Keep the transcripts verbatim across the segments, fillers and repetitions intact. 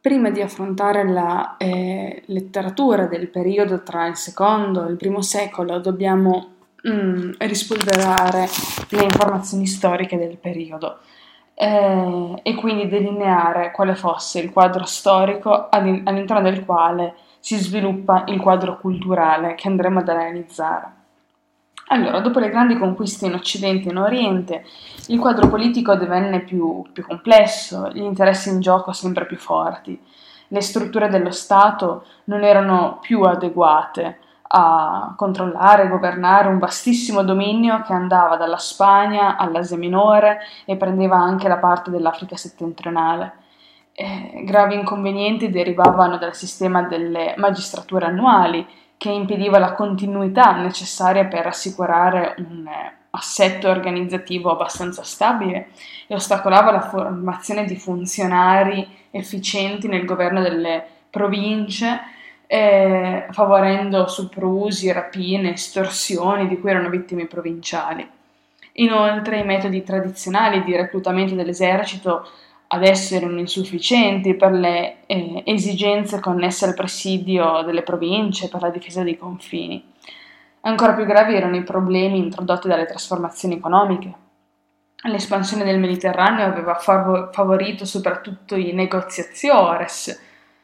Prima di affrontare la eh, letteratura del periodo tra il secondo e il primo secolo, dobbiamo mm, rispolverare le informazioni storiche del periodo eh, e quindi delineare quale fosse il quadro storico all'in- all'interno del quale si sviluppa il quadro culturale che andremo ad analizzare. Allora, dopo le grandi conquiste in Occidente e in Oriente, il quadro politico divenne più, più complesso, gli interessi in gioco sempre più forti. Le strutture dello Stato non erano più adeguate a controllare e governare un vastissimo dominio che andava dalla Spagna all'Asia Minore e prendeva anche la parte dell'Africa settentrionale. Eh, gravi inconvenienti derivavano dal sistema delle magistrature annuali, che impediva la continuità necessaria per assicurare un eh, assetto organizzativo abbastanza stabile e ostacolava la formazione di funzionari efficienti nel governo delle province, eh, favorendo soprusi, rapine, estorsioni di cui erano vittime i provinciali. Inoltre i metodi tradizionali di reclutamento dell'esercito adesso erano insufficienti per le eh, esigenze connesse al presidio delle province, per la difesa dei confini. Ancora più gravi erano i problemi introdotti dalle trasformazioni economiche. L'espansione del Mediterraneo aveva fav- favorito soprattutto i negoziaziores,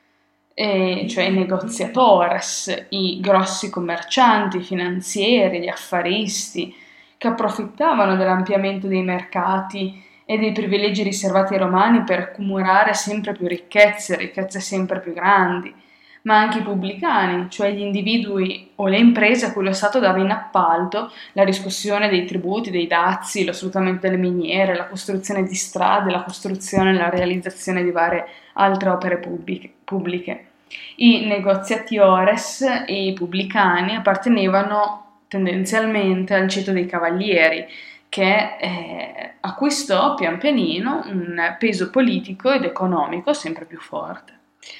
eh, cioè i negoziatores, i grossi commercianti, i finanzieri, gli affaristi, che approfittavano dell'ampliamento dei mercati e dei privilegi riservati ai romani per accumulare sempre più ricchezze, ricchezze sempre più grandi, ma anche i pubblicani, cioè gli individui o le imprese a cui lo Stato dava in appalto la riscossione dei tributi, dei dazi, lo sfruttamento delle miniere, la costruzione di strade, la costruzione e la realizzazione di varie altre opere pubbliche. I negoziatiores e i pubblicani appartenevano tendenzialmente al ceto dei cavalieri, che eh, acquistò pian pianino un peso politico ed economico sempre più forte.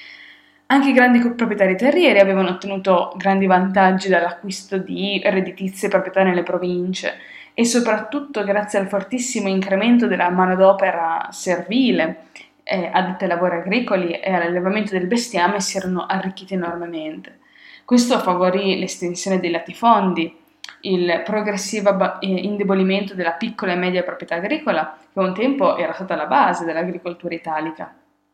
Anche i grandi proprietari terrieri avevano ottenuto grandi vantaggi dall'acquisto di redditizie proprietà nelle province e soprattutto grazie al fortissimo incremento della manodopera servile eh, addette ai lavori agricoli e all'allevamento del bestiame si erano arricchiti enormemente. Questo favorì l'estensione dei latifondi, il progressivo indebolimento della piccola e media proprietà agricola, che un tempo era stata la base dell'agricoltura italica.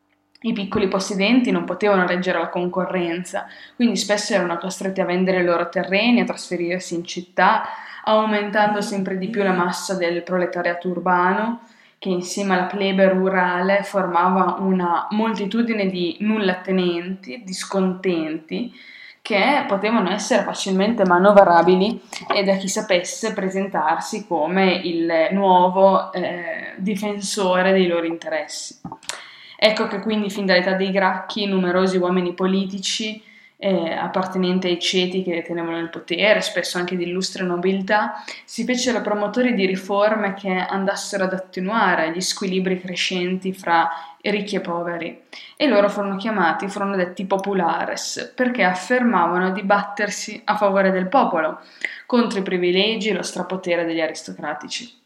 I piccoli possedenti non potevano reggere la concorrenza, quindi spesso erano costretti a vendere i loro terreni, a trasferirsi in città, aumentando sempre di più la massa del proletariato urbano, che insieme alla plebe rurale formava una moltitudine di nullatenenti, discontenti, che potevano essere facilmente manovrabili e da chi sapesse presentarsi come il nuovo eh, difensore dei loro interessi. Ecco che quindi fin dall'età dei Gracchi numerosi uomini politici eh, appartenenti ai ceti che detenevano il potere, spesso anche di illustre nobiltà, si fecero promotori di riforme che andassero ad attenuare gli squilibri crescenti fra ricchi e poveri, e loro furono chiamati, furono detti populares, perché affermavano di battersi a favore del popolo, contro i privilegi e lo strapotere degli aristocratici.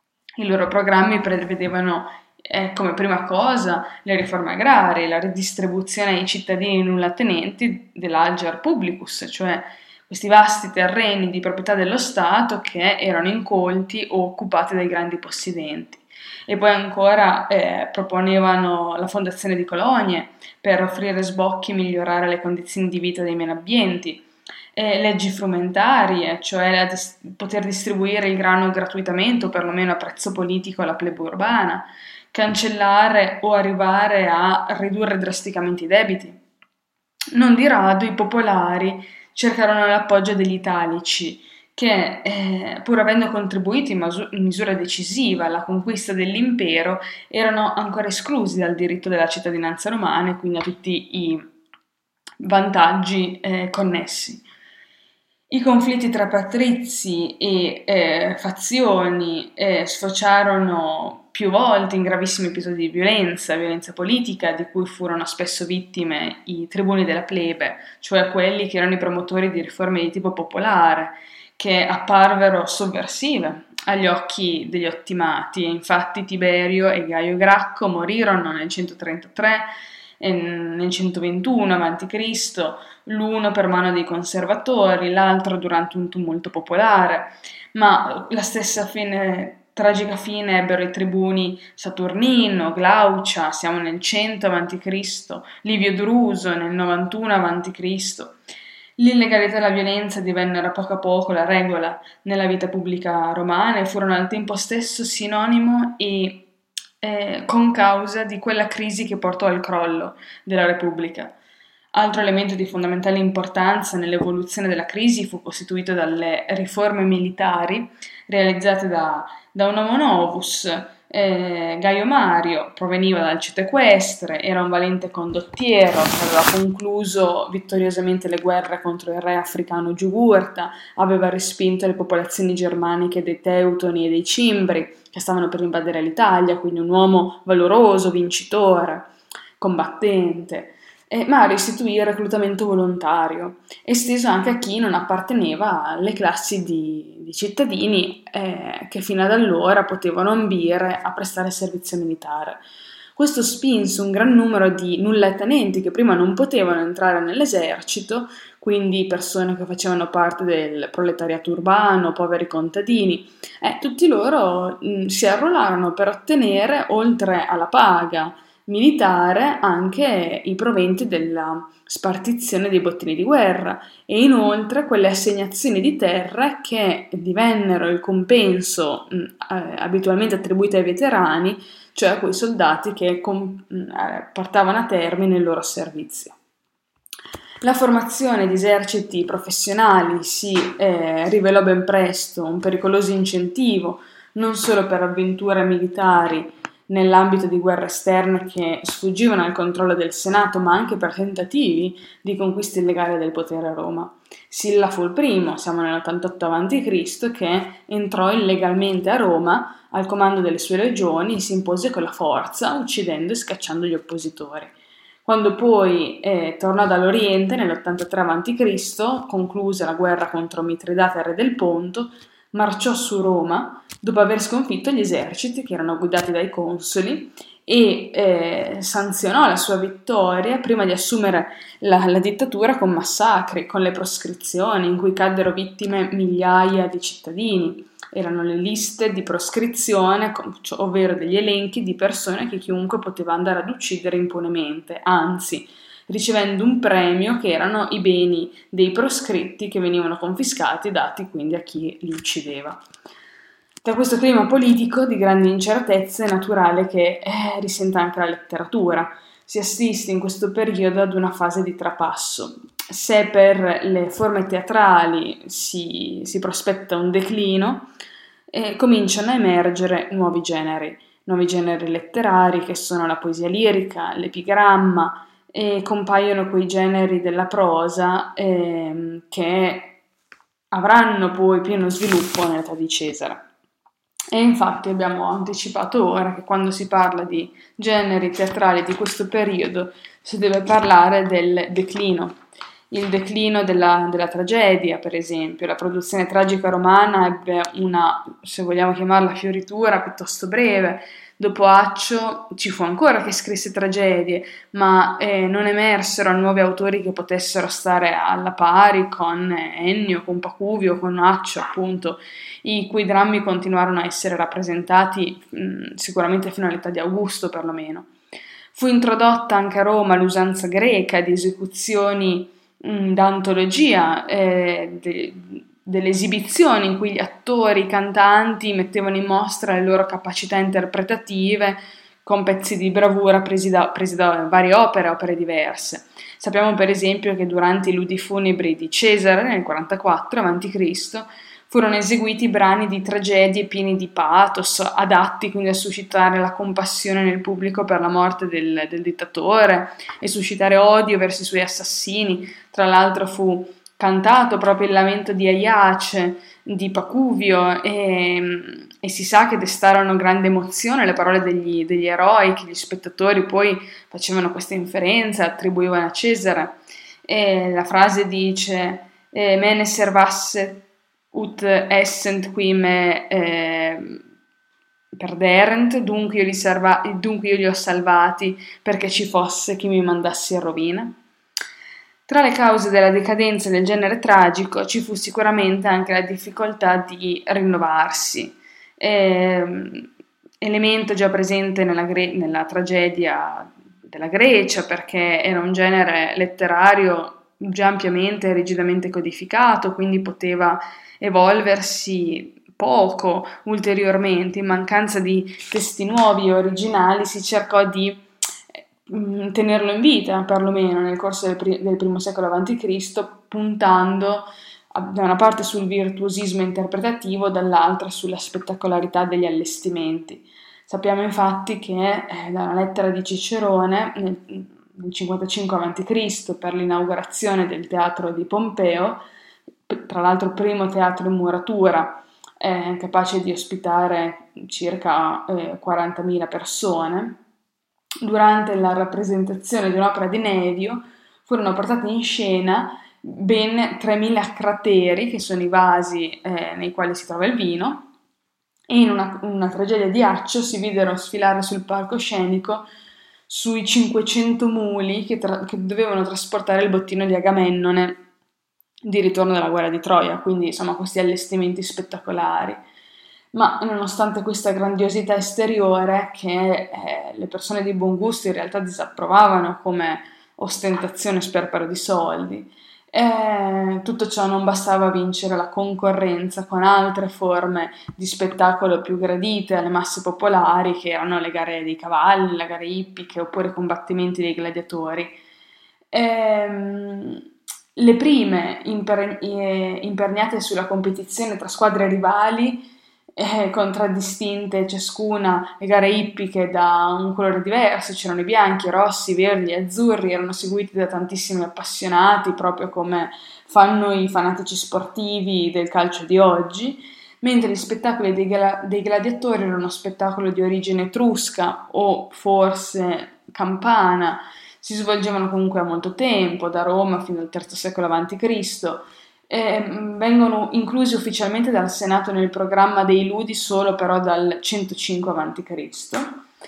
I loro programmi prevedevano eh, come prima cosa le riforme agrarie, la ridistribuzione ai cittadini nullatenenti dell'ager publicus, cioè questi vasti terreni di proprietà dello Stato che erano incolti o occupati dai grandi possidenti. E poi ancora eh, proponevano la fondazione di colonie per offrire sbocchi e migliorare le condizioni di vita dei meno abbienti, eh, leggi frumentarie, cioè la dis- poter distribuire il grano gratuitamente o perlomeno a prezzo politico alla plebe urbana, cancellare o arrivare a ridurre drasticamente i debiti. Non di rado i popolari cercarono l'appoggio degli italici, che, eh, pur avendo contribuito in, masu- in misura decisiva alla conquista dell'impero, erano ancora esclusi dal diritto della cittadinanza romana e quindi a tutti i vantaggi eh, connessi. I conflitti tra patrizi e eh, fazioni eh, sfociarono più volte in gravissimi episodi di violenza, violenza politica, di cui furono spesso vittime i tribuni della plebe, cioè quelli che erano i promotori di riforme di tipo popolare, che apparvero sovversive agli occhi degli ottimati. Infatti Tiberio e Gaio Gracco morirono nel centotrentatré eh, nel centoventuno avanti Cristo, l'uno per mano dei conservatori, l'altro durante un tumulto popolare, ma la stessa fine, tragica fine ebbero i tribuni Saturnino, Glaucia, siamo nel cento avanti Cristo, Livio Druso nel novantuno avanti Cristo. L'illegalità e la violenza divennero a poco a poco la regola nella vita pubblica romana e furono al tempo stesso sinonimo e eh, concausa di quella crisi che portò al crollo della Repubblica. Altro elemento di fondamentale importanza nell'evoluzione della crisi fu costituito dalle riforme militari realizzate da, da un homo novus. Eh, Gaio Mario proveniva dal ceto equestre, era un valente condottiero che aveva concluso vittoriosamente le guerre contro il re africano Giugurta, aveva respinto le popolazioni germaniche dei Teutoni e dei Cimbri che stavano per invadere l'Italia, quindi un uomo valoroso, vincitore, combattente. Eh, ma istituì il reclutamento volontario, esteso anche a chi non apparteneva alle classi di, di cittadini eh, che fino ad allora potevano ambire a prestare servizio militare. Questo spinse un gran numero di nullatenenti che prima non potevano entrare nell'esercito, quindi persone che facevano parte del proletariato urbano, poveri contadini, eh, tutti loro mh, si arruolarono per ottenere, oltre alla paga militare, anche i proventi della spartizione dei bottini di guerra e inoltre quelle assegnazioni di terre che divennero il compenso mh, eh, abitualmente attribuito ai veterani, cioè a quei soldati che com- mh, eh, portavano a termine il loro servizio. La formazione di eserciti professionali si eh, rivelò ben presto un pericoloso incentivo non solo per avventure militari nell'ambito di guerre esterne che sfuggivano al controllo del Senato, ma anche per tentativi di conquista illegale del potere a Roma. Silla fu il primo, siamo nell'ottantotto avanti Cristo, che entrò illegalmente a Roma al comando delle sue legioni e si impose con la forza, uccidendo e scacciando gli oppositori. Quando poi eh, tornò dall'Oriente, nell'ottantatré avanti Cristo, concluse la guerra contro Mitridate, re del Ponto, marciò su Roma dopo aver sconfitto gli eserciti che erano guidati dai consoli e eh, sanzionò la sua vittoria prima di assumere la, la dittatura con massacri, con le proscrizioni in cui caddero vittime migliaia di cittadini. Erano le liste di proscrizione, ovvero degli elenchi di persone che chiunque poteva andare ad uccidere impunemente, anzi ricevendo un premio che erano i beni dei proscritti che venivano confiscati e dati quindi a chi li uccideva. Da questo clima politico di grandi incertezze è naturale che eh, risenta anche la letteratura. Si assiste in questo periodo ad una fase di trapasso. Se per le forme teatrali si, si prospetta un declino, eh, cominciano a emergere nuovi generi, nuovi generi letterari che sono la poesia lirica, l'epigramma, e compaiono quei generi della prosa eh, che avranno poi pieno sviluppo nell'età di Cesare. E infatti abbiamo anticipato ora che quando si parla di generi teatrali di questo periodo si deve parlare del declino. Il declino della, della tragedia, per esempio. La produzione tragica romana ebbe una, se vogliamo chiamarla, fioritura piuttosto breve. Dopo Accio ci fu ancora chi scrisse tragedie, ma eh, non emersero nuovi autori che potessero stare alla pari con Ennio, con Pacuvio, con Accio, appunto, i cui drammi continuarono a essere rappresentati mh, sicuramente fino all'età di Augusto, perlomeno. Fu introdotta anche a Roma l'usanza greca di esecuzioni mh, d'antologia, eh, de, delle esibizioni in cui gli attori, i cantanti mettevano in mostra le loro capacità interpretative con pezzi di bravura presi da, presi da varie opere, opere diverse. Sappiamo per esempio che durante i ludi funebri di Cesare nel quarantaquattro avanti Cristo furono eseguiti brani di tragedie pieni di pathos, adatti quindi a suscitare la compassione nel pubblico per la morte del, del dittatore e suscitare odio verso i suoi assassini. Tra l'altro fu cantato proprio il lamento di Aiace, di Pacuvio e, e si sa che destarono grande emozione le parole degli, degli eroi che gli spettatori poi facevano questa inferenza, attribuivano a Cesare. E la frase dice eh, «Mene servasse ut essent qui me eh, perderent, dunque io, li serva- dunque io li ho salvati perché ci fosse chi mi mandasse in rovina. Tra le cause della decadenza del genere tragico ci fu sicuramente anche la difficoltà di rinnovarsi, ehm, elemento già presente nella, Gre- nella tragedia della Grecia, perché era un genere letterario già ampiamente e rigidamente codificato, quindi poteva evolversi poco ulteriormente. In mancanza di testi nuovi e originali si cercò di mh, tenerlo in vita, perlomeno nel corso del, pri- del primo secolo avanti Cristo, puntando a- da una parte sul virtuosismo interpretativo, dall'altra sulla spettacolarità degli allestimenti. Sappiamo infatti che eh, da una lettera di Cicerone nel, nel cinquantacinque avanti Cristo per l'inaugurazione del teatro di Pompeo, p- tra l'altro primo teatro in muratura, eh, capace di ospitare circa eh, quarantamila persone, durante la rappresentazione di un'opera di Nevio furono portati in scena ben tremila crateri, che sono i vasi eh, nei quali si trova il vino, e in una, una tragedia di Accio si videro sfilare sul palcoscenico sui cinquecento muli che, tra- che dovevano trasportare il bottino di Agamennone di ritorno dalla guerra di Troia, quindi insomma questi allestimenti spettacolari. Ma nonostante questa grandiosità esteriore, che eh, le persone di buon gusto in realtà disapprovavano come ostentazione e sperpero di soldi, eh, tutto ciò non bastava a vincere la concorrenza con altre forme di spettacolo più gradite alle masse popolari, che erano le gare dei cavalli, le gare ippiche oppure i combattimenti dei gladiatori. Ehm, le prime imper- eh, imperniate sulla competizione tra squadre rivali, eh, contraddistinte ciascuna le gare ippiche da un colore diverso, c'erano i bianchi, i rossi, i verdi, gli azzurri, erano seguiti da tantissimi appassionati, proprio come fanno i fanatici sportivi del calcio di oggi, mentre gli spettacoli dei, gla- dei gladiatori erano uno spettacolo di origine etrusca o forse campana, si svolgevano comunque a molto tempo, da Roma fino al terzo secolo avanti Cristo, e vengono inclusi ufficialmente dal Senato nel programma dei Ludi solo però dal centocinque avanti Cristo,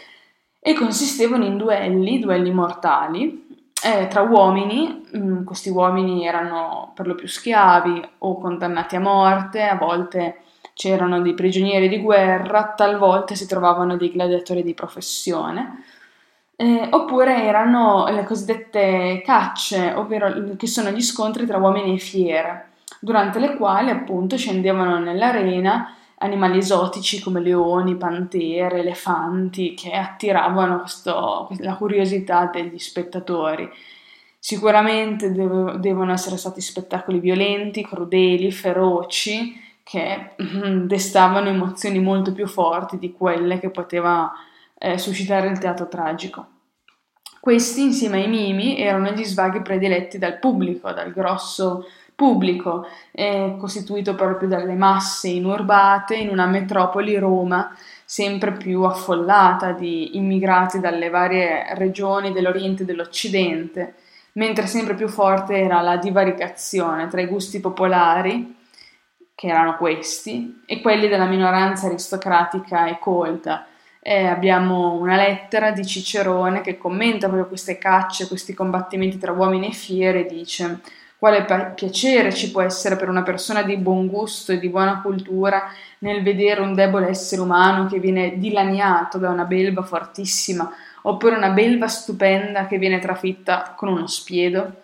e consistevano in duelli, duelli mortali, eh, tra uomini. Mh, questi uomini erano per lo più schiavi o condannati a morte, a volte c'erano dei prigionieri di guerra, talvolta si trovavano dei gladiatori di professione. Eh, oppure erano le cosiddette cacce, ovvero che sono gli scontri tra uomini e fiere, durante le quali appunto scendevano nell'arena animali esotici come leoni, pantere, elefanti, che attiravano questo- la curiosità degli spettatori. Sicuramente devo- devono essere stati spettacoli violenti, crudeli, feroci, che destavano emozioni molto più forti di quelle che poteva eh, suscitare il teatro tragico. Questi, insieme ai mimi, erano gli svaghi prediletti dal pubblico, dal grosso pubblico, eh, costituito proprio dalle masse inurbate in una metropoli, Roma, sempre più affollata di immigrati dalle varie regioni dell'Oriente e dell'Occidente, mentre sempre più forte era la divaricazione tra i gusti popolari, che erano questi, e quelli della minoranza aristocratica e colta. Eh, abbiamo una lettera di Cicerone che commenta proprio queste cacce, questi combattimenti tra uomini e fiere, e dice: quale pa- piacere ci può essere per una persona di buon gusto e di buona cultura nel vedere un debole essere umano che viene dilaniato da una belva fortissima, oppure una belva stupenda che viene trafitta con uno spiedo.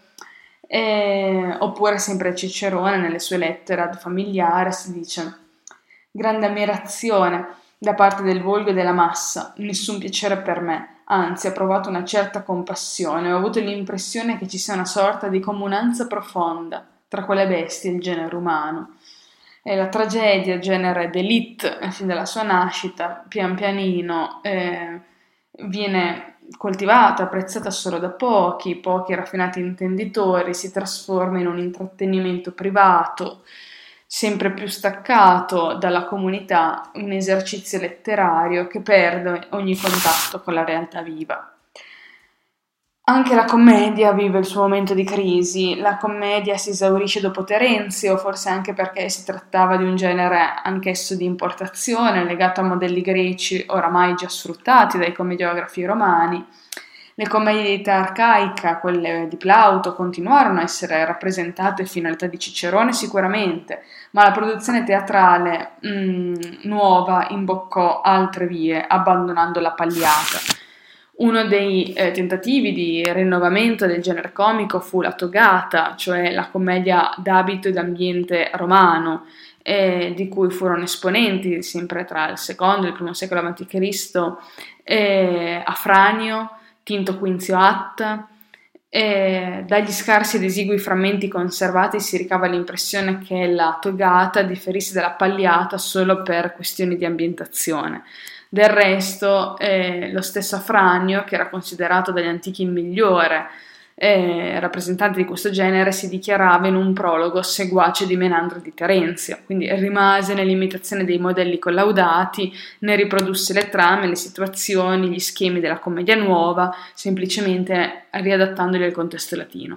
Eh, oppure sempre Cicerone nelle sue lettere ad familiare si dice: grande ammirazione da parte del volgo e della massa, nessun piacere per me, anzi ho provato una certa compassione, ho avuto l'impressione che ci sia una sorta di comunanza profonda tra quelle bestie e il genere umano. E la tragedia, genere d'élite, fin dalla sua nascita, pian pianino eh, viene coltivata, apprezzata solo da pochi, pochi raffinati intenditori, si trasforma in un intrattenimento privato, sempre più staccato dalla comunità, un esercizio letterario che perde ogni contatto con la realtà viva. Anche la commedia vive il suo momento di crisi. La commedia si esaurisce dopo Terenzio, forse anche perché si trattava di un genere anch'esso di importazione, legato a modelli greci oramai già sfruttati dai commediografi romani. Le commedie di età arcaica, quelle di Plauto, continuarono a essere rappresentate fino all'età di Cicerone sicuramente, ma la produzione teatrale mm, nuova imboccò altre vie, abbandonando la pagliata. Uno dei eh, tentativi di rinnovamento del genere comico fu la togata, cioè la commedia d'abito e d'ambiente romano, eh, di cui furono esponenti sempre tra il secondo e il primo secolo avanti Cristo eh, Afranio, Tinto Quinzio Atta. E dagli scarsi ed esigui frammenti conservati si ricava l'impressione che la togata differisse dalla pagliata solo per questioni di ambientazione. Del resto, eh, lo stesso Afranio, che era considerato dagli antichi il migliore eh, rappresentante di questo genere, si dichiarava in un prologo seguace di Menandro di Terenzio, quindi rimase nell'imitazione dei modelli collaudati, ne riprodusse le trame, le situazioni, gli schemi della commedia nuova, semplicemente riadattandoli al contesto latino.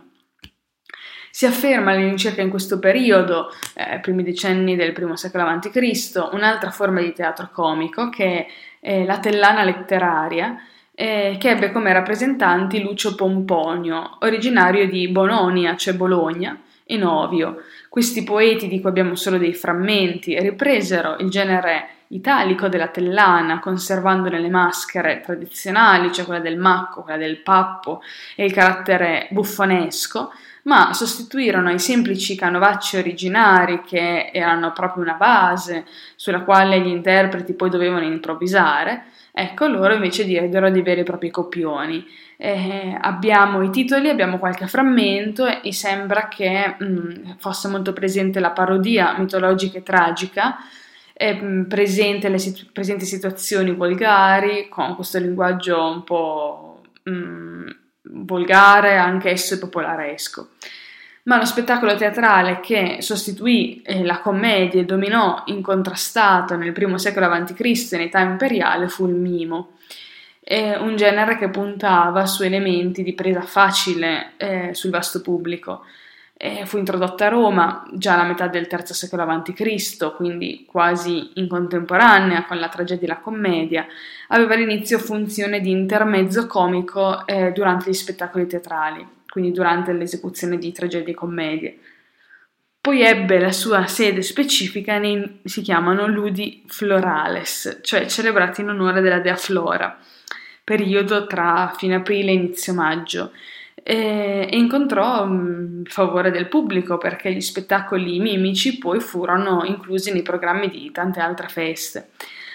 Si afferma all'incirca in questo periodo, eh, primi decenni del primo secolo avanti Cristo, un'altra forma di teatro comico che è la tellana letteraria, eh, che ebbe come rappresentanti Lucio Pomponio, originario di Bononia, cioè Bologna, e Novio. Questi poeti, di cui abbiamo solo dei frammenti, ripresero il genere italico della tellana, conservandone le maschere tradizionali, cioè quella del macco, quella del pappo e il carattere buffonesco, ma sostituirono ai semplici canovacci originari, che erano proprio una base sulla quale gli interpreti poi dovevano improvvisare. Ecco, loro invece diedero dei veri e propri copioni. Eh, abbiamo i titoli, abbiamo qualche frammento e, e sembra che mh, fosse molto presente la parodia mitologica e tragica, eh, mh, presente le situ- presenti situazioni volgari, con questo linguaggio un po' mh, volgare, anche esso popolaresco. Ma lo spettacolo teatrale che sostituì eh, la commedia e dominò incontrastato nel primo secolo avanti Cristo in età imperiale fu il mimo, eh, un genere che puntava su elementi di presa facile eh, sul vasto pubblico. Eh, fu introdotta a Roma già alla metà del terzo secolo avanti Cristo, quindi quasi in contemporanea con la tragedia e la commedia. Aveva all'inizio funzione di intermezzo comico eh, durante gli spettacoli teatrali, quindi durante l'esecuzione di tragedie e commedie. Poi ebbe la sua sede specifica nei, si chiamano ludi florales, cioè celebrati in onore della dea Flora, periodo tra fine aprile e inizio maggio, e, e incontrò mh, il favore del pubblico perché gli spettacoli mimici poi furono inclusi nei programmi di tante altre feste.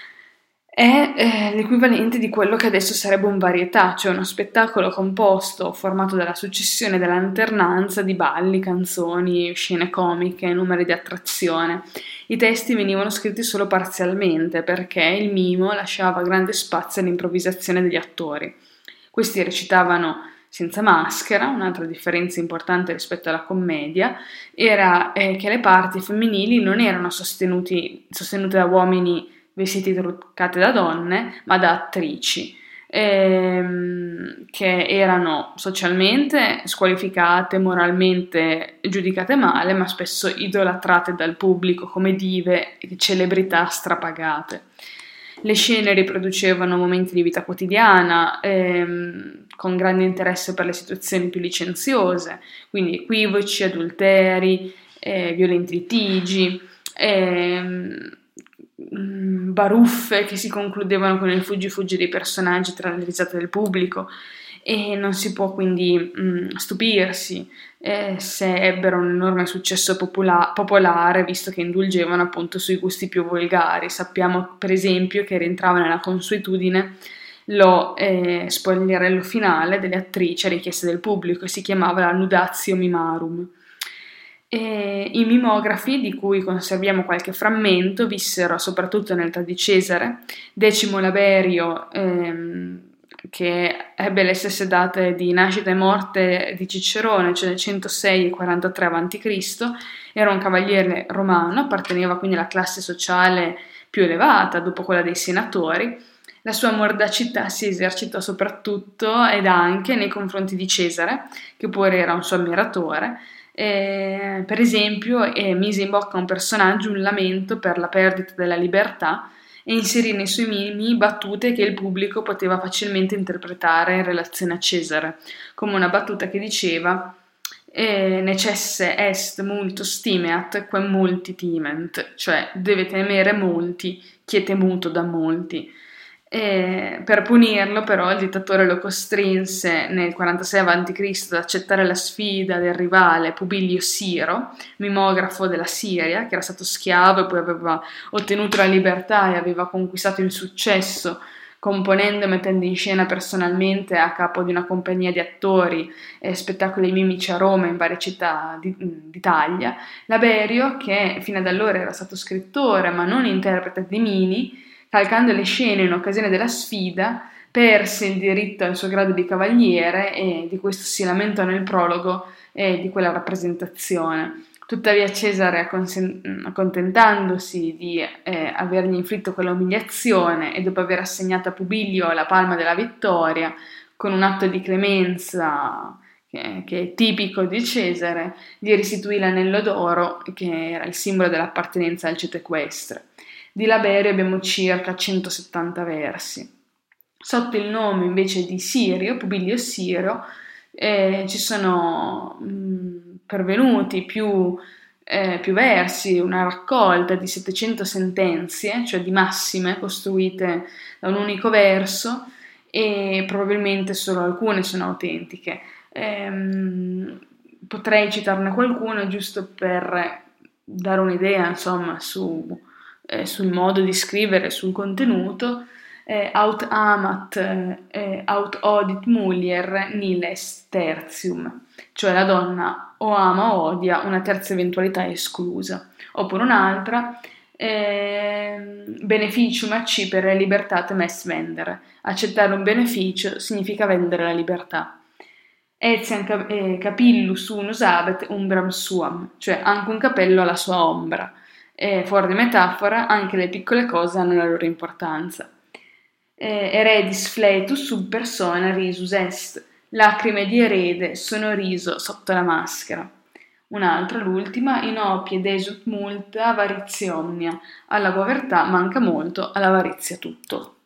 È eh, l'equivalente di quello che adesso sarebbe un varietà, cioè uno spettacolo composto, formato dalla successione e dall'alternanza di balli, canzoni, scene comiche, numeri di attrazione. I testi venivano scritti solo parzialmente perché il mimo lasciava grande spazio all'improvvisazione degli attori. Questi recitavano senza maschera, un'altra differenza importante rispetto alla commedia era eh, che le parti femminili non erano sostenuti, sostenute da uomini vestiti truccati da donne, ma da attrici, ehm, che erano socialmente squalificate, moralmente giudicate male, ma spesso idolatrate dal pubblico come dive e celebrità strapagate. Le scene riproducevano momenti di vita quotidiana, ehm, con grande interesse per le situazioni più licenziose, quindi equivoci, adulteri, eh, violenti litigi, ehm, baruffe che si concludevano con il fuggi-fuggi dei personaggi tra le risate del pubblico, e non si può quindi mh, stupirsi eh, se ebbero un enorme successo popola- popolare, visto che indulgevano appunto sui gusti più volgari. Sappiamo per esempio che rientrava nella consuetudine lo eh, spogliarello finale delle attrici a richiesta del pubblico e si chiamava la nudatio mimarum. E i mimografi, di cui conserviamo qualche frammento, vissero soprattutto nell'età di Cesare. Decimo Laberio, ehm, che ebbe le stesse date di nascita e morte di Cicerone, cioè centosei e quarantatré avanti Cristo, era un cavaliere romano, apparteneva quindi alla classe sociale più elevata dopo quella dei senatori, La sua mordacità si esercitò soprattutto ed anche nei confronti di Cesare, che pure era un suo ammiratore. Eh, per esempio, eh, mise in bocca a un personaggio un lamento per la perdita della libertà e inserì nei suoi mimi battute che il pubblico poteva facilmente interpretare in relazione a Cesare, come una battuta che diceva eh, necesse est multo stimeat quem multi timent, cioè deve temere molti chi è temuto da molti. E per punirlo, però, il dittatore lo costrinse nel quarantasei avanti Cristo ad accettare la sfida del rivale Publio Siro, mimografo della Siria, che era stato schiavo e poi aveva ottenuto la libertà e aveva conquistato il successo componendo e mettendo in scena personalmente a capo di una compagnia di attori e spettacoli mimici a Roma e in varie città di, d'Italia. Laberio, che fino ad allora era stato scrittore ma non interprete di mini, calcando le scene in occasione della sfida, perse il diritto al suo grado di cavaliere e di questo si lamenta nel prologo eh, di quella rappresentazione. Tuttavia Cesare, accontentandosi di eh, avergli inflitto quella umiliazione e dopo aver assegnato a Publio la palma della vittoria, con un atto di clemenza che, che è tipico di Cesare, gli restituì l'anello d'oro che era il simbolo dell'appartenenza al ceto equestre. Di Laberio abbiamo circa centosettanta versi. Sotto il nome invece di Sirio, Publio Sirio, eh, ci sono mh, pervenuti più, eh, più versi, una raccolta di settecento sentenze, cioè di massime costruite da un unico verso, e probabilmente solo alcune sono autentiche. Ehm, potrei citarne qualcuno giusto per dare un'idea, insomma, su, eh, sul modo di scrivere, sul contenuto. Eh, aut amat, eh, aut odit mulier niles tertium, cioè la donna o ama o odia, una terza eventualità è esclusa. Oppure un'altra, eh, beneficium accipere libertatem est vendere, accettare un beneficio significa vendere la libertà. Etiam capillus unus habet umbram suam, cioè anche un capello ha la sua ombra. E fuori di metafora, anche le piccole cose hanno la loro importanza. Eh, eredis fletus sub persona risus est, lacrime di erede sono riso sotto la maschera. Un'altra, l'ultima, in opie desut multa avarizia omnia, alla povertà manca molto, all'avarizia tutto.